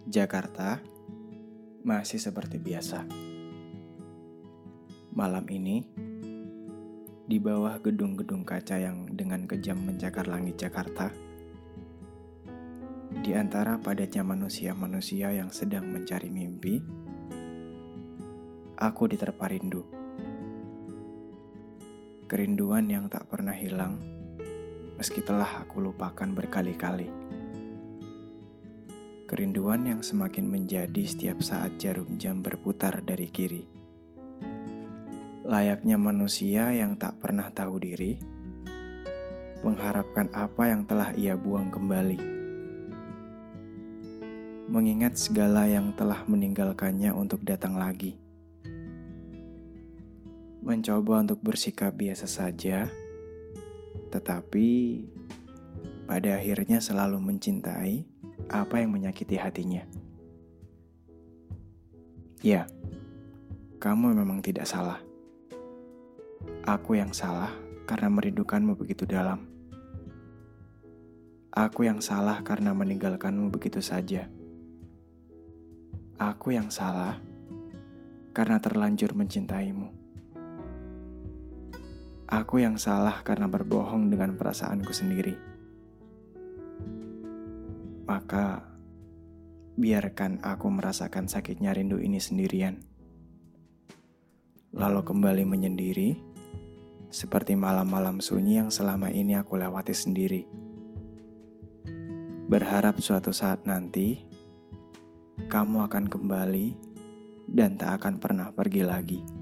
Jakarta masih seperti biasa. Malam ini, di bawah gedung-gedung kaca yang dengan kejam mencakar langit Jakarta, di antara padatnya manusia-manusia yang sedang mencari mimpi, aku diterpa rindu. Kerinduan yang tak pernah hilang, meski telah aku lupakan berkali-kali. Kerinduan yang semakin menjadi setiap saat jarum jam berputar dari kiri. Layaknya manusia yang tak pernah tahu diri, mengharapkan apa yang telah ia buang kembali. Mengingat segala yang telah meninggalkannya untuk datang lagi. Mencoba untuk bersikap biasa saja, tetapi pada akhirnya selalu mencintai apa yang menyakiti hatinya. Ya, kamu memang tidak salah. Aku yang salah karena merindukanmu begitu dalam. Aku yang salah karena meninggalkanmu begitu saja. Aku yang salah karena terlanjur mencintaimu. Aku yang salah karena berbohong dengan perasaanku sendiri. Maka, biarkan aku merasakan sakitnya rindu ini sendirian. Lalu kembali menyendiri, seperti malam-malam sunyi yang selama ini aku lewati sendiri. Berharap suatu saat nanti, kamu akan kembali dan tak akan pernah pergi lagi.